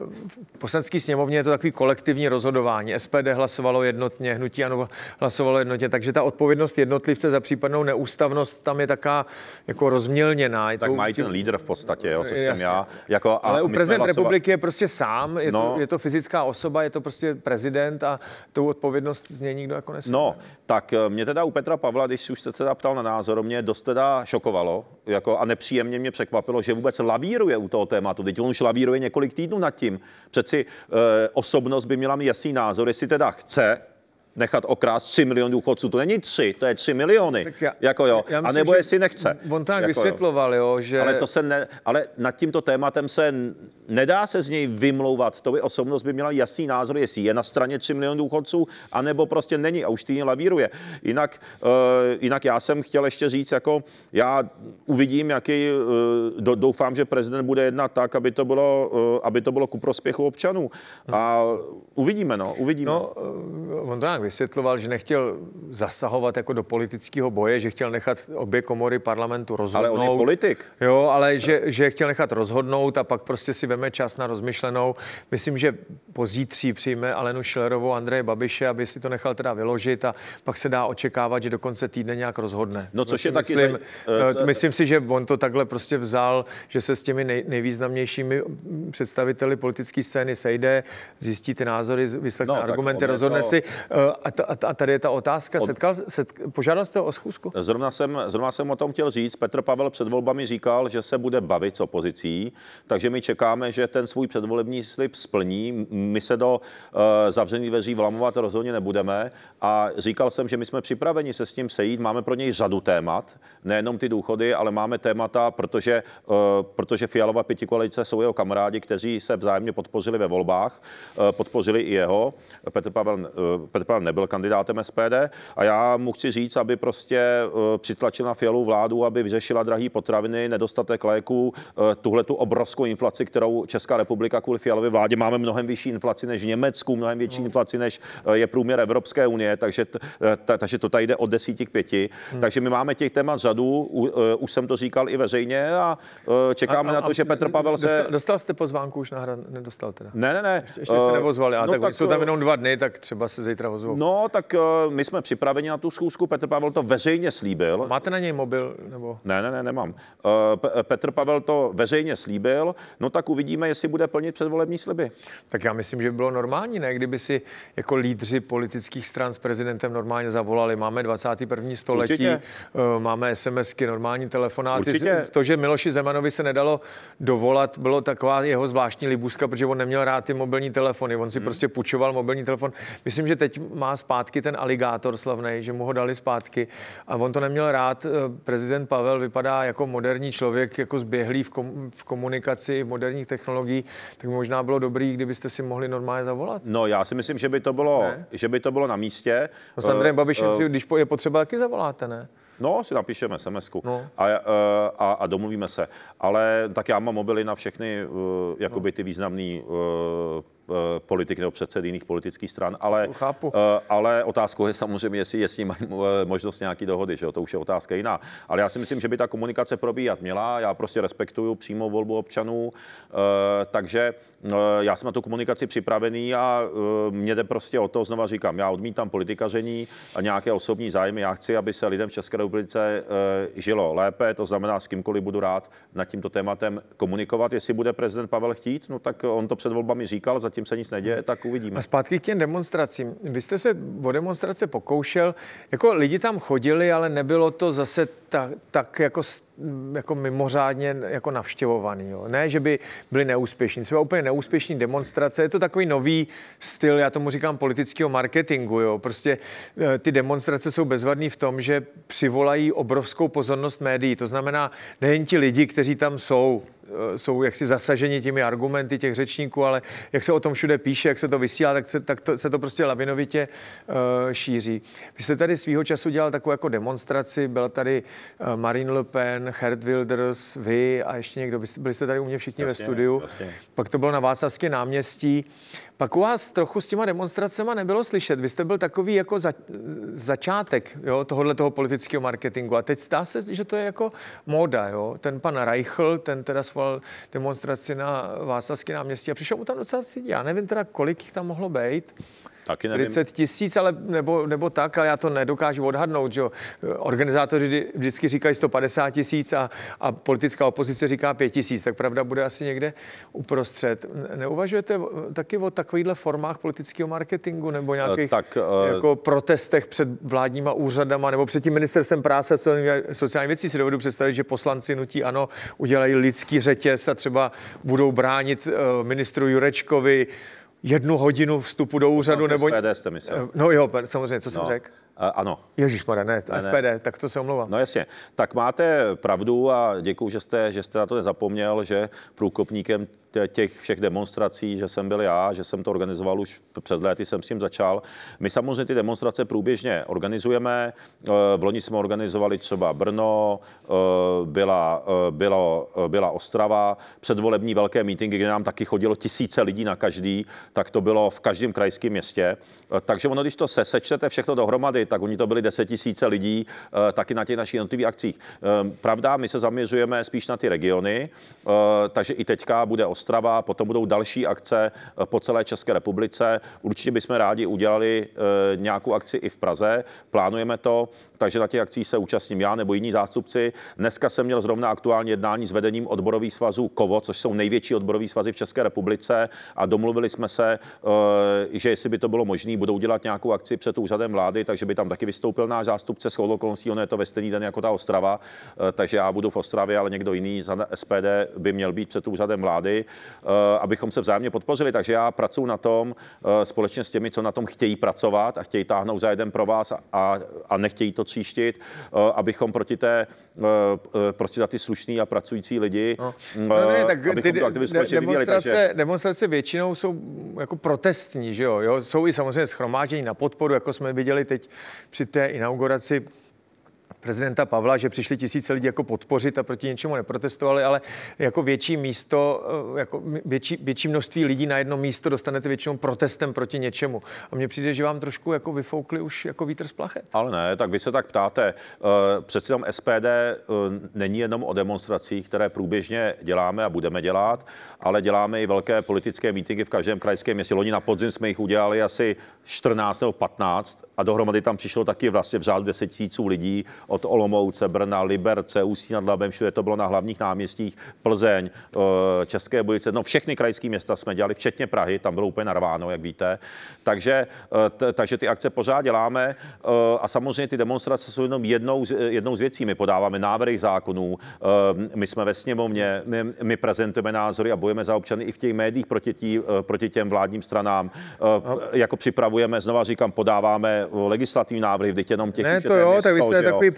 V poslanecké sněmovně je to takový kolektivní rozhodování. S P D hlasovalo jednotně, hnutí ANO hlasovalo jednotně, takže ta odpovědnost jednotlivce za případnou neústavnost tam je taká jako rozmělněná. Tak mají ten lídr v podstatě, jo, co jsem já. Jako, ale u prezident republiky je prostě sám, je, no, to, je to fyzická osoba, je to prostě prezident a tou odpovědnost z něj nikdo jako nesmí. No, tak mě teda u Petra Pavla, když už jste teda ptal na názor, mě dost teda šokovalo jako, a nepříjemně mě překvapilo, že vůbec lavíruje u toho tématu. Teď on už lavíruje několik týdnů nad tím. Přeci e, osobnost by měla mít jasný názor, jestli teda chce nechat okrást tři miliony důchodců. To není tři, to je tři miliony. Já, jako jo. Myslím, a nebo jestli nechce. On tak jako vysvětloval, jo, že... Ale, to se ne, ale nad tímto tématem se nedá se z něj vymlouvat. To by osobnost by měla jasný názor, jestli je na straně tři miliony důchodců, anebo prostě není a už týdně lavíruje. Jinak, uh, jinak já jsem chtěl ještě říct, jako já uvidím, jaký, uh, do, doufám, že prezident bude jednat tak, aby to bylo, uh, aby to bylo ku prospěchu občanů. A uvidíme, no, uvidíme. No, on tak vysvětloval, že nechtěl zasahovat jako do politického boje, že chtěl nechat obě komory parlamentu rozhodnout. Ale on je politik. Jo, ale že, že chtěl nechat rozhodnout a pak prostě si veme čas na rozmyšlenou. Myslím, že pozítří přijme Alenu Schillerovou, Andreje Babiše, aby si to nechal teda vyložit a pak se dá očekávat, že do konce týdne nějak rozhodne. No, což je taky... Myslím, uh, myslím si, že on to takhle prostě vzal, že se s těmi nej, nejvýznamnějšími představiteli politické scény sejde, zjistí ty názory, vyslechne no, argumenty, rozhodne to... si. Uh, a, t- a tady je ta otázka. Setkal, set, požádal jste o schůzku? Zrovna jsem, zrovna jsem o tom chtěl říct. Petr Pavel před volbami říkal, že se bude bavit s opozicí, takže my čekáme, že ten svůj předvolební slib splní. My se do uh, zavřených dveří vlamovat rozhodně nebudeme a říkal jsem, že my jsme připraveni se s tím sejít. Máme pro něj řadu témat, nejenom ty důchody, ale máme témata, protože, uh, protože Fialova pětikoalice jsou jeho kamarádi, kteří se vzájemně podpořili ve volbách, uh, podpořili i jeho. Petr Pavel, uh, Petr Pavel nebyl kandidátem S P D a já mu chci říct, aby prostě uh, přitlačil na Fialovu vládu, aby vyřešila drahé potraviny, nedostatek léků, uh, tuhle tu obrovskou inflaci, kterou Česká republika kvůli Fialově vládě máme mnohem vyšší inflaci než v Německu, mnohem větší inflaci než uh, je průměr Evropské unie, takže, t, t, takže to tady jde od desíti k pěti. Hmm. Takže my máme těch témat řadu, uh, uh, už jsem to říkal i veřejně a uh, čekáme a, a, na to, že Petr Pavel se... Dostal, dostal jste pozvánku už na hra? Nedostal teda? Ne, ne, ne. Ještě, ještě uh, se nevozvali, a no tak, tak jsou tam jenom dva dny, tak třeba se zítra ozvou. No, tak uh, my jsme připraveni na tu schůzku, Petr Pavel to veřejně slíbil. Máte na něj mobil? Nebo? Ne, ne, ne, nemám. Uh, P- Petr Pavel to veřejně slíbil, no tak uvidíme, jestli bude plnit předvolební sliby. Tak já myslím, že by bylo normální, ne? Kdyby si jako lídři politických stran s prezidentem normálně zavolali. Máme dvacáté první století, Určitě. Uh, máme SMSky, normální telefonáty. Určitě. To, že Miloši Zemanovi se nedalo dovolat, bylo taková jeho zvláštní libuska, protože on neměl rád ty mobilní telefony. On si hmm. prostě půjčoval mobilní telefon. Myslím, že teď má zpátky ten aligátor slavnej, že mu ho dali zpátky a on to neměl rád. Prezident Pavel vypadá jako moderní člověk, jako zběhlý v, kom, v komunikaci, v moderních technologií, tak možná bylo dobrý, kdybyste si mohli normálně zavolat. No, já si myslím, že by to bylo, že by to bylo na místě. No, s Andrejem Babišem uh, si, když je potřeba, taky zavoláte, ne? No, si napíšeme es em esku no. a, a, a domluvíme se. Ale tak já mám mobily na všechny uh, jakoby ty významný uh, politiky nebo předsedy jiných politických stran, ale, Chápu. ale otázkou je samozřejmě, jestli je s ním možnost nějaký dohody, že jo? To už je otázka jiná. Ale já si myslím, že by ta komunikace probíhat měla. Já prostě respektuju přímou volbu občanů, takže já jsem na tu komunikaci připravený a mě jde prostě o to, znova říkám, já odmítám politikaření a nějaké osobní zájmy. Já chci, aby se lidem v České republice žilo lépe, to znamená, s kýmkoliv budu rád nad tímto tématem komunikovat. Jestli bude prezident Pavel chtít, no tak on to před volbami říkal, zatím se nic neděje, tak uvidíme. A zpátky k těm demonstracím. Vy jste se o demonstrace pokoušel, jako lidi tam chodili, ale nebylo to zase tak, tak jako, jako mimořádně jako navštěvovaný. Jo. Ne, že by byli neúspěšní. Třeba úplně neúspěšní demonstrace, je to takový nový styl, já tomu říkám politického marketingu. Jo. Prostě ty demonstrace jsou bezvadný v tom, že přivolají obrovskou pozornost médií. To znamená, nejen ti lidi, kteří tam jsou, jsou jaksi zasaženi těmi argumenty těch řečníků, ale jak se o tom všude píše, jak se to vysílá, tak se, tak to, se to prostě lavinovitě uh, šíří. Vy jste tady svýho času dělal takovou jako demonstraci, byla tady uh, Marine Le Pen, Geert Wilders, vy a ještě někdo, byli jste tady u mě všichni jasně, ve studiu. Jasně. Pak to bylo na Václavském náměstí. Pak u vás trochu s těma demonstracema nebylo slyšet. Vy jste byl takový jako za, začátek jo, tohohle toho politického marketingu. A teď zdá se, že to je jako móda. Jo. Ten pan Reichl, ten teda svolal demonstraci na Václavském náměstí a přišel mu tam docela lidí. Já nevím teda, kolik jich tam mohlo být. Taky nevím. čtyřicet tisíc, ale nebo, nebo tak, ale já to nedokážu odhadnout. Že? Organizátoři vždycky říkají sto padesát tisíc a, a politická opozice říká pět tisíc, tak pravda bude asi někde uprostřed. Neuvažujete taky o takovýchhle formách politického marketingu nebo nějakých tak, uh, jako protestech před vládníma úřadama nebo před tím ministerstvem práce a sociální věcí? Si dovedu představit, že poslanci nutí ANO udělají lidský řetěz a třeba budou bránit uh, ministru Jurečkovi jednu hodinu vstupu do úřadu, nebo... S P D jste myslel. No jo, samozřejmě, co jsem no, řekl? Ano. Ježišmarja, ne, ne, S P D, ne. Tak to se omlouvám. No jasně, tak máte pravdu a děkuju, že jste, že jste na to nezapomněl, že průkopníkem těch všech demonstrací, že jsem byl já, že jsem to organizoval už před léty, jsem s tím začal. My samozřejmě ty demonstrace průběžně organizujeme. V loni jsme organizovali třeba Brno, byla, bylo, byla Ostrava, předvolební velké mítinky, kde nám taky chodilo tisíce lidí na každý, tak to bylo v každém krajském městě. Takže ono, když to se sečtete všechno dohromady, tak oni to byli desetitisíce lidí taky na těch našich jednotlivých akcích. Pravda, my se zaměřujeme spíš na ty regiony, takže i teďka bude Ostrava, potom budou další akce po celé České republice. Určitě bychom rádi udělali nějakou akci i v Praze, plánujeme to, takže na těch akcích se účastním já nebo jiní zástupci. Dneska jsem měl zrovna aktuální jednání s vedením odborových svazů KOVO, což jsou největší odborový svazy v České republice, a domluvili jsme se, že jestli by to bylo možné, budou dělat nějakou akci před úřadem vlády, takže by tam taky vystoupil náš zástupce. Shodou okolností, ono je to ve stejný den jako ta Ostrava, takže já budu v Ostravě, ale někdo jiný za S P D by měl být před úřadem vlády, abychom se vzájemně podpořili. Takže já pracuji na tom společně s těmi, co na tom chtějí pracovat a chtějí táhnout za jeden pro vás a, a nechtějí to tříštit, abychom proti té, prostě za ty slušný a pracující lidi, no. No ne, tak abychom ty to aktivně společně demonstrace, vyvíjeli. Takže... demonstrace většinou jsou jako protestní, že jo? jo? Jsou i samozřejmě shromáždění na podporu, jako jsme viděli teď při té inauguraci prezidenta Pavla, že přišli tisíce lidí jako podpořit a proti něčemu neprotestovali, ale jako větší místo, jako větší, větší množství lidí na jedno místo dostanete většinou protestem proti něčemu. A mně přijde, že vám trošku jako vyfoukli už jako vítr z plachet. Ale ne, tak vy se tak ptáte. Přeci jenom S P D není jenom o demonstracích, které průběžně děláme a budeme dělat, ale děláme i velké politické mítinky v každém krajském městě. Loni na podzim jsme jich udělali asi čtrnáct nebo patnáct a dohromady tam přišlo taky vlastně v řádu deset tisíců lidí od Olomouce, Brna, Liberce, Ústí nad Labem, všude to bylo na hlavních náměstích, Plzeň, České Budějovice, no všechny krajské města jsme dělali, včetně Prahy, tam bylo úplně narváno, jak víte. Takže, t, takže ty akce pořád děláme a samozřejmě ty demonstrace jsou jenom jednou z, jednou z věcí. My podáváme návrhy zákonů, my jsme ve sněmovně, my, my prezentujeme názory a bojujeme za občany i v těch médiích proti, tí, proti těm vládním stranám. Jako připravujeme, znova říkám, podáváme legislativní návrhy, vždyť jenom těch... Ne, to jo, tak vy jste takový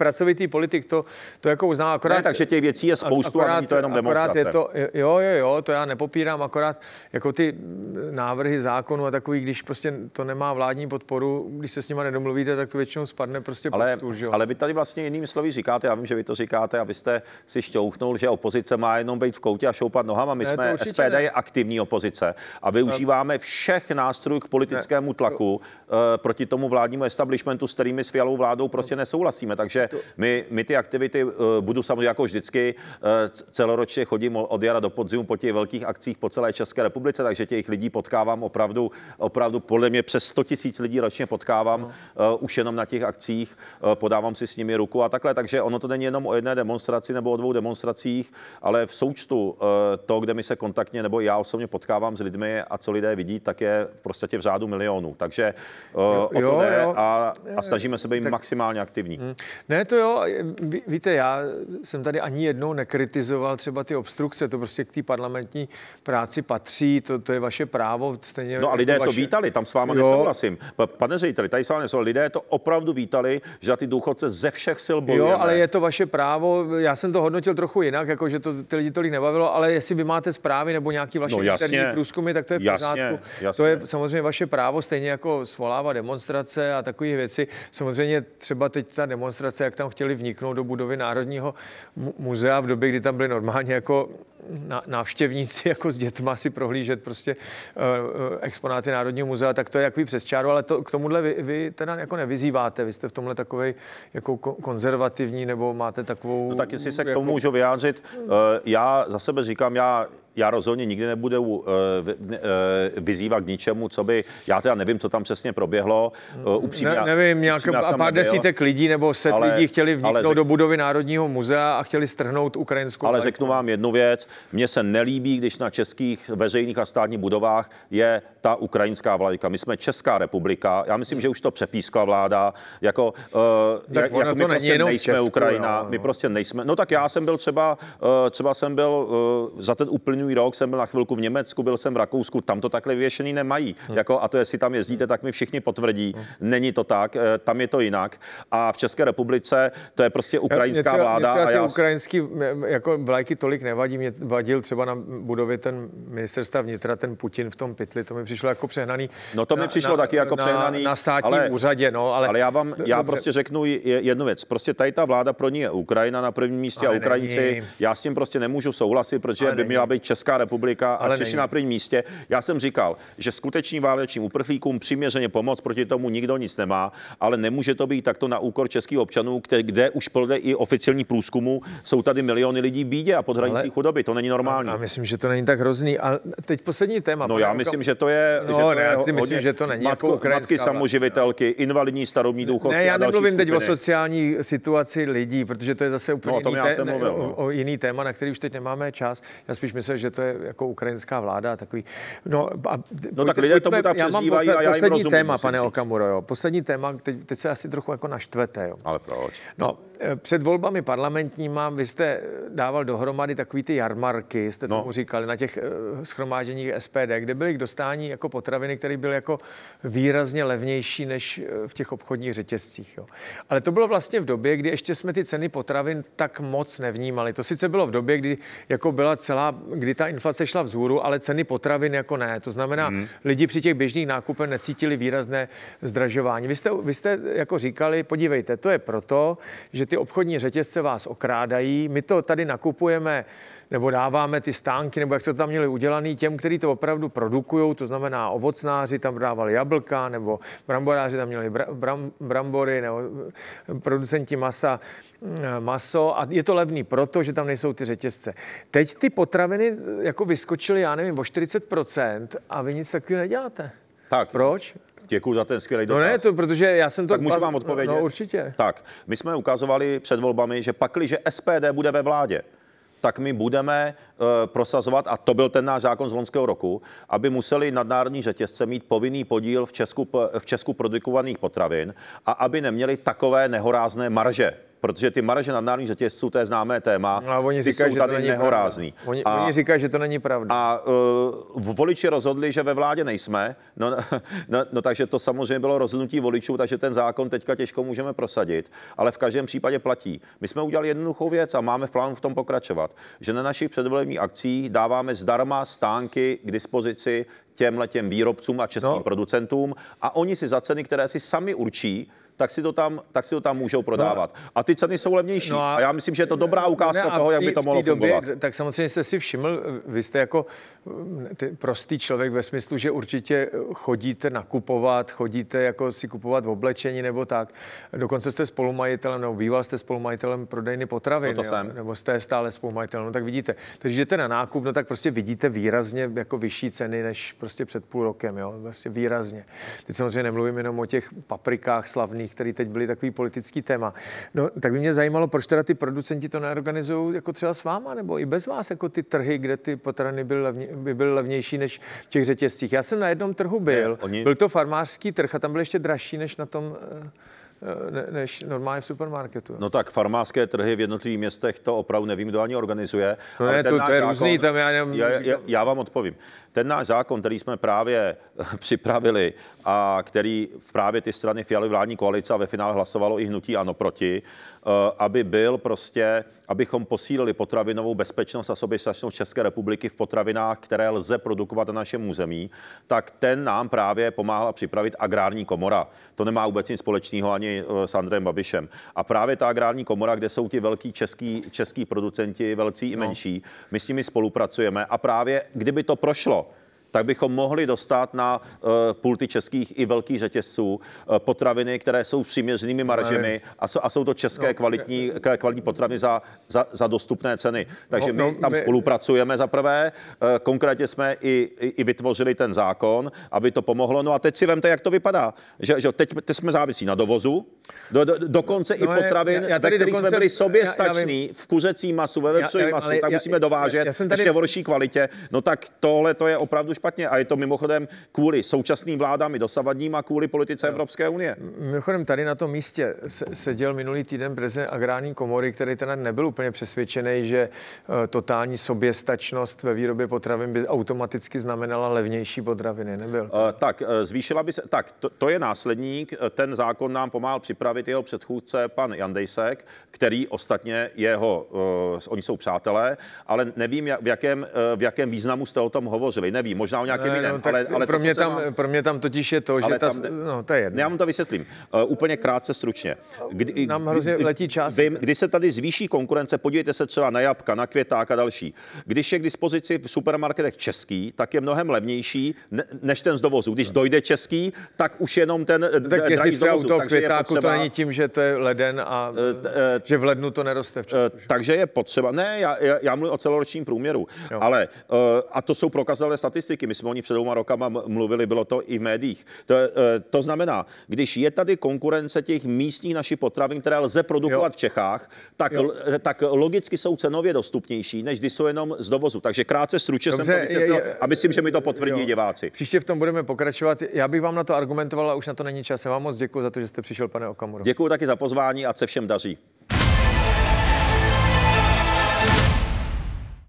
pracovitý politik, to, to jako uznám akorát. Ne, takže těch věcí je spoustu akorát, a není to jenom demonstrace. Je to, jo, jo, jo, to já nepopírám, akorát jako ty návrhy zákonů a takový, když prostě to nemá vládní podporu, když se s nima nedomluvíte, tak to většinou spadne prostě ale, pod stůl, že jo. Ale vy tady vlastně jinými slovy říkáte, já vím, že vy to říkáte, abyste si šťouchnul, že opozice má jenom být v koutě a šoupat nohama. My ne, jsme, S P D ne. je aktivní opozice a využíváme všech nástrojů k politickému tlaku uh, proti tomu vládnímu establishmentu, s kterými s Fialovou vládou prostě nesouhlasíme. Takže my, my ty aktivity uh, budu samozřejmě jako vždycky uh, celoročně chodím od jara do podzimu po těch velkých akcích po celé České republice, takže těch lidí potkávám opravdu, opravdu podle mě přes sto tisíc lidí ročně potkávám uh, už jenom na těch akcích, uh, podávám si s nimi ruku a takhle, takže ono to není jenom o jedné demonstraci nebo o dvou demonstracích, ale v součtu uh, to, kde my se kontaktně nebo já osobně potkávám s lidmi a co lidé vidí, tak je v podstatě v řádu milionů. Takže uh, jo, o to jde a, a snažíme se být tak maximálně aktivní. Hmm. Ne, to jo, víte, já jsem tady ani jednou nekritizoval třeba ty obstrukce, to prostě k té parlamentní práci patří, to, to je vaše právo. Stejně no a lidé vaše... to vítali, tam s váma jo. nesouhlasím. Pane řediteli, tady s váma nesouhlasím, lidé to opravdu vítali, že za ty důchodce ze všech sil bojujeme. Jo, ale je to vaše právo, já jsem to hodnotil trochu jinak, jako že to ty lidi tolik nebavilo, ale jestli vy máte zprávy nebo nějaký vaše no, interní průzkumy, tak to je v pořádku. Jasně, jasně. To je samozřejmě vaše právo, stejně jako svolávat demonstrace a takové věci. Samozřejmě třeba teď ta demonstrace, jak tam chtěli vniknout do budovy Národního muzea v době, kdy tam byli normálně jako návštěvníci jako s dětma si prohlížet prostě uh, exponáty Národního muzea, tak to je jaký přes čáru, ale to, k tomuhle vy, vy teda jako nevyzýváte, vy jste v tomhle takovej jako konzervativní nebo máte takovou... No tak jestli se jako... k tomu můžu vyjádřit, uh, já za sebe říkám, já Já rozhodně nikdy nebudu uh, vyzývat k ničemu, co by, já teda nevím, co tam přesně proběhlo. Uh, upřímně, ne, nevím, nějak a pár desítek lidí nebo set ale, lidí chtěli vniknout řek... do budovy Národního muzea a chtěli strhnout ukrajinskou Ale vlajku. řeknu vám jednu věc, mně se nelíbí, když na českých veřejných a státních budovách je ta ukrajinská vlajka. My jsme Česká republika, já myslím, že už to přepískla vláda, jako, uh, jak, jako my prostě nejsme Česku, Ukrajina, jo, no. my prostě nejsme, no tak já jsem byl třeba, uh, třeba jsem byl uh, za ten úplný rok jsem byl na chvilku v Německu, byl jsem v Rakousku, tam to takhle vyvěšený nemají. Hmm. Jako, a to, jestli tam jezdíte, tak mi všichni potvrdí. Hmm. Není to tak, tam je to jinak. A v České republice to je prostě ukrajinská mě třeba, vláda. Mě a já... ukrajinský jako vlajky tolik nevadí. Mě vadil třeba na budově ten ministerstva vnitra, ten Putin v tom pytli. To mi přišlo jako přehnaný. No to mi přišlo na, taky jako na, přehnaný. Na státním ale, úřadě, no. Ale, ale já vám, já dobře. prostě řeknu jednu věc. Prostě tady ta vláda pro ní je Ukrajina na prvním místě ale a Ukrajinci. Není. Já s tím prostě nemůžu souhlasit, protože ale by měla být Česká republika a Češi na prvním místě. Já jsem říkal, že skutečným válečným uprchlíkům přiměřeně pomoc, proti tomu nikdo nic nemá, ale nemůže to být takto na úkor českých občanů, kde, kde už podle i oficiální průzkumu jsou tady miliony lidí v bídě a pod hranicí chudoby. To není normální. A myslím, že to není tak hrozný. A teď poslední téma. No já myslím, že to je, no, že to ne, je myslím, hodně, že to není matko, jako matky samoživitelky, invalidní starobní důchodci. Ne, já a další nemluvím skupiny. teď o sociální situaci lidí, protože to je zase úplně no, jiný, té, mluvil, o, o jiný téma, na který už teď nemáme čas. Já spíš myslím, že to je jako ukrajinská vláda takový. No, a, no tak lidé tomu tak přezdívají a já jim poslední rozumím. Téma, pane Okamuro, jo. Poslední téma, teď, teď se asi trochu jako naštvete, jo. Ale proč? No, před volbami parlamentníma vy jste dával dohromady takový ty jarmarky, jste tomu no. říkali, na těch shromážděních S P D, kde byly k dostání jako potraviny, které byly jako výrazně levnější než v těch obchodních řetězcích, jo. Ale to bylo vlastně v době, kdy ještě jsme ty ceny potravin tak moc nevnímali. To sice bylo v době, kdy jako byla celá, kdy ta inflace šla vzhůru, ale ceny potravin jako ne. To znamená, hmm. lidi při těch běžných nákupech necítili výrazné zdražování. Vy jste, vy jste jako říkali, podívejte, to je proto, že ty obchodní řetězce vás okrádají. My to tady nakupujeme nebo dáváme ty stánky, nebo jak se to tam měli udělaný těm, kteří to opravdu produkují, to znamená ovocnáři tam dávali jablka, nebo bramboráři tam měli bram, brambory, nebo producenti masa, maso a je to levný proto, že tam nejsou ty řetězce. Teď ty potraviny jako vyskočily, já nevím, o čtyřicet procent a vy nic takového neděláte. Tak. Proč? Děkuji za ten skvělý dotaz. No ne, to, protože já jsem to... Tak můžu vám odpovědět? No, no určitě. Tak, my jsme ukazovali před volbami, že pakliže S P D bude ve vládě, tak my budeme uh, prosazovat, a to byl ten náš zákon z loňského roku, aby museli nadnárodní řetězce mít povinný podíl v Česku, v Česku produkovaných potravin a aby neměli takové nehorázné marže. protože ty marže nadnárodních řetězců, to je známé téma, no, oni ty říkají, jsou že tady to není nehorázný. Oni, a, oni říkají, že to není pravda. A uh, voliči rozhodli, že ve vládě nejsme, no, no, no takže to samozřejmě bylo rozhodnutí voličů, takže ten zákon teďka těžko můžeme prosadit, ale v každém případě platí. My jsme udělali jednoduchou věc a máme v plánu v tom pokračovat, že na našich předvolebních akcích dáváme zdarma stánky k dispozici těmhletěm výrobcům a českým no. producentům a oni si za ceny, které si sami určí, tak si to tam, tak si to tam můžou prodávat. No. A ty ceny jsou levnější. No a, a já myslím, že je to dobrá ukázka no toho, jak by to mohlo době, fungovat. Tak samozřejmě jste si všiml, vy jste jako ty prostý člověk ve smyslu, že určitě chodíte nakupovat, chodíte jako si kupovat v oblečení nebo tak. Dokonce jste spolumajitelem, nebo býval jste spolumajitelem prodejny potravin, no to jsem. Nebo jste stále spolumajitelem. No tak vidíte, když jdete na nákup, no tak prostě vidíte výrazně jako vyšší ceny než prostě před půl rokem, jo, vlastně výrazně. Teď samozřejmě nemluvím jenom o těch paprikách slavných, který teď byly takový politický téma. No, tak by mě zajímalo, proč teda ty producenti to neorganizují jako třeba s váma, nebo i bez vás, jako ty trhy, kde ty potraviny byly, levně, by byly levnější než v těch řetězcích. Já jsem na jednom trhu byl, ne, oni... byl to farmářský trh a tam byl ještě dražší než na tom... Ne, než normálně v supermarketu. No tak farmářské trhy v jednotlivých městech to opravdu nevím, kdo ani organizuje. No ne, to, to je zákon, různý, tam já nevím. Já, já, já vám odpovím. Ten náš zákon, který jsme právě připravili a který právě ty strany Fialy vládní koalice a ve finále hlasovalo i hnutí ANO proti, aby byl prostě, abychom posílili potravinovou bezpečnost a soběstačnost České republiky v potravinách, které lze produkovat na našem území, tak ten nám právě pomáhala připravit agrární komora. To nemá vůbec nic společného ani s Andrejem Babišem. A právě ta agrární komora, kde jsou ti velký český, český producenti, velcí i menší, my s nimi spolupracujeme a právě kdyby to prošlo, tak bychom mohli dostat na uh, pulty českých i velkých řetězců uh, potraviny, které jsou s přiměřenými maržemi a, so, a jsou to české no, kvalitní, kvalitní potraviny za, za, za dostupné ceny. Takže no, my tam my... spolupracujeme za prvé, uh, konkrétně jsme i, i, i vytvořili ten zákon, aby to pomohlo. No a teď si vemte, jak to vypadá. Že, že teď, teď jsme závisí na dovozu, do, do, dokonce no, i potravin, já, já ve kterých dokonce... jsme byli soběstační v kuřecím masu, ve vepřovém masu, tak já, musíme dovážet já, já tady... ještě v horší kvalitě. No tak tohle to je opravdu špatně a je to mimochodem kvůli současným vládám i dosavadním a kvůli politice no. Evropské unie. Mimochodem tady na tom místě seděl minulý týden prezident agrární komory, který teda nebyl úplně přesvědčený, že totální soběstačnost ve výrobě potravin by automaticky znamenala levnější potraviny. Nebyl? Uh, tak zvýšila by se, tak to, to je následník, ten zákon nám pomáhal připravit jeho předchůdce pan Jandejsek, který ostatně jeho, uh, oni jsou přátelé, ale nevím, jak, v, jakém, uh, v jakém významu jste o tom hovořili, nevím, možná o nějakém jiném, no, ale, ale pro, to, mě tam, mám... pro mě tam totiž je to, že ta... Tam, no, to je jedno. Já vám to vysvětlím. Uh, úplně krátce, stručně. Kdy, Nám hrozně kdy, letí čas. Vím, kdy se tady zvýší konkurence, podívejte se třeba na jablka, na květák a další. Když je k dispozici v supermarketech český, tak je mnohem levnější ne, než ten z dovozu. Když dojde český, tak už jenom ten tak drahý z dovozu. Tak květáku potřeba... to není tím, že to je leden a uh, uh, že v lednu to neroste v Česku. Uh, takže je potřeba, ne, já, já mluvím o celoročním průměru, jo. ale uh, a to jsou prokazatelné statistiky. My jsme o ní před dvěma rokama mluvili, bylo to i v médiích. To, to znamená, když je tady konkurence těch místních našich potravin, které lze produkovat jo. v Čechách, tak, tak logicky jsou cenově dostupnější, než když jsou jenom z dovozu. Takže krátce, stručně jsem to vysvětlil a myslím, že mi to potvrdí jo. diváci. Příště v tom budeme pokračovat. Já bych vám na to argumentoval, a už na to není čas. Já vám moc děkuji za to, že jste přišel, pane Okamuro. Děkuji taky za pozvání a se všem daří.